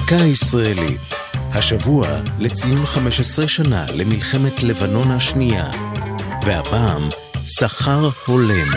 דקה ישראלית. השבוע לציון 15 שנה למלחמת לבנון השנייה. והפעם שכר הולם.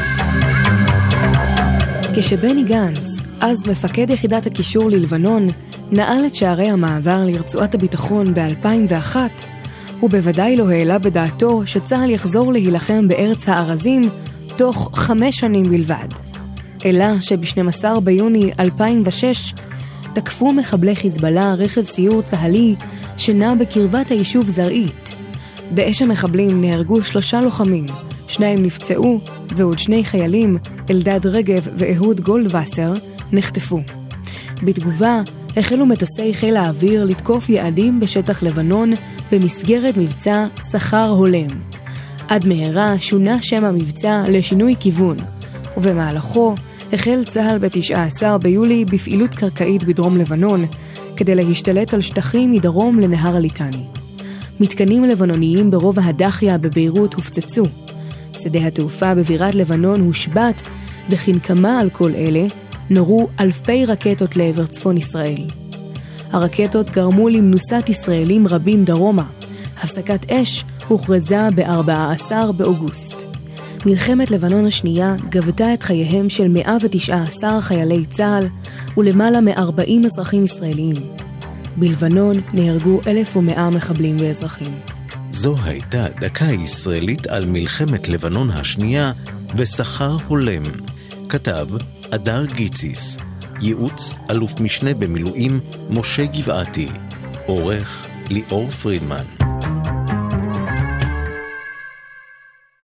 כשבני גנץ, אז מפקד יחידת הקישור ללבנון, נעל את שערי המעבר לרצועת הביטחון ב-2001, הוא בוודאי לא העלה בדעתו שצהל יחזור להילחם בארץ הארזים תוך 5 שנים בלבד. אלא שב-12 ביוני 2006 תקפו מחבלי חיזבאללה רכב סיור צהלי שנע בקרבת היישוב זרעית. באש המחבלים נהרגו 3 לוחמים, 2 נפצעו ועוד 2 חיילים, אלדד רגב ואהוד גולדווסר, נחטפו. בתגובה החלו מטוסי חיל האוויר לתקוף יעדים בשטח לבנון במסגרת מבצע שכר הולם. עד מהרה שונה שם המבצע לשינוי כיוון, ובמהלכו החל צהל ב-19 ביולי בפעילות קרקעית בדרום לבנון, כדי להשתלט על שטחים מדרום לנהר הליטני. מתקנים לבנוניים ברובע הדחיה בביירות הופצצו. שדה התעופה בבירת לבנון הושבת, וכנקמה על כל אלה נורו אלפי רקטות לעבר צפון ישראל. הרקטות גרמו למנוסת ישראלים רבים דרומה. הפסקת אש הוכרזה ב-14 באוגוסט. מלחמת לבנון השנייה גבתה את חייהם של 119 חיילי צה"ל ולמעלה מ-40 אזרחים ישראלים. בלבנון נהרגו 1,100 מחבלים ואזרחים. זו הייתה דקה ישראלית על מלחמת לבנון השנייה ושכר הולם. כתב אדר גיציס, ייעוץ אלוף משנה במילואים משה גבעתי, עורך ליאור פרידמן.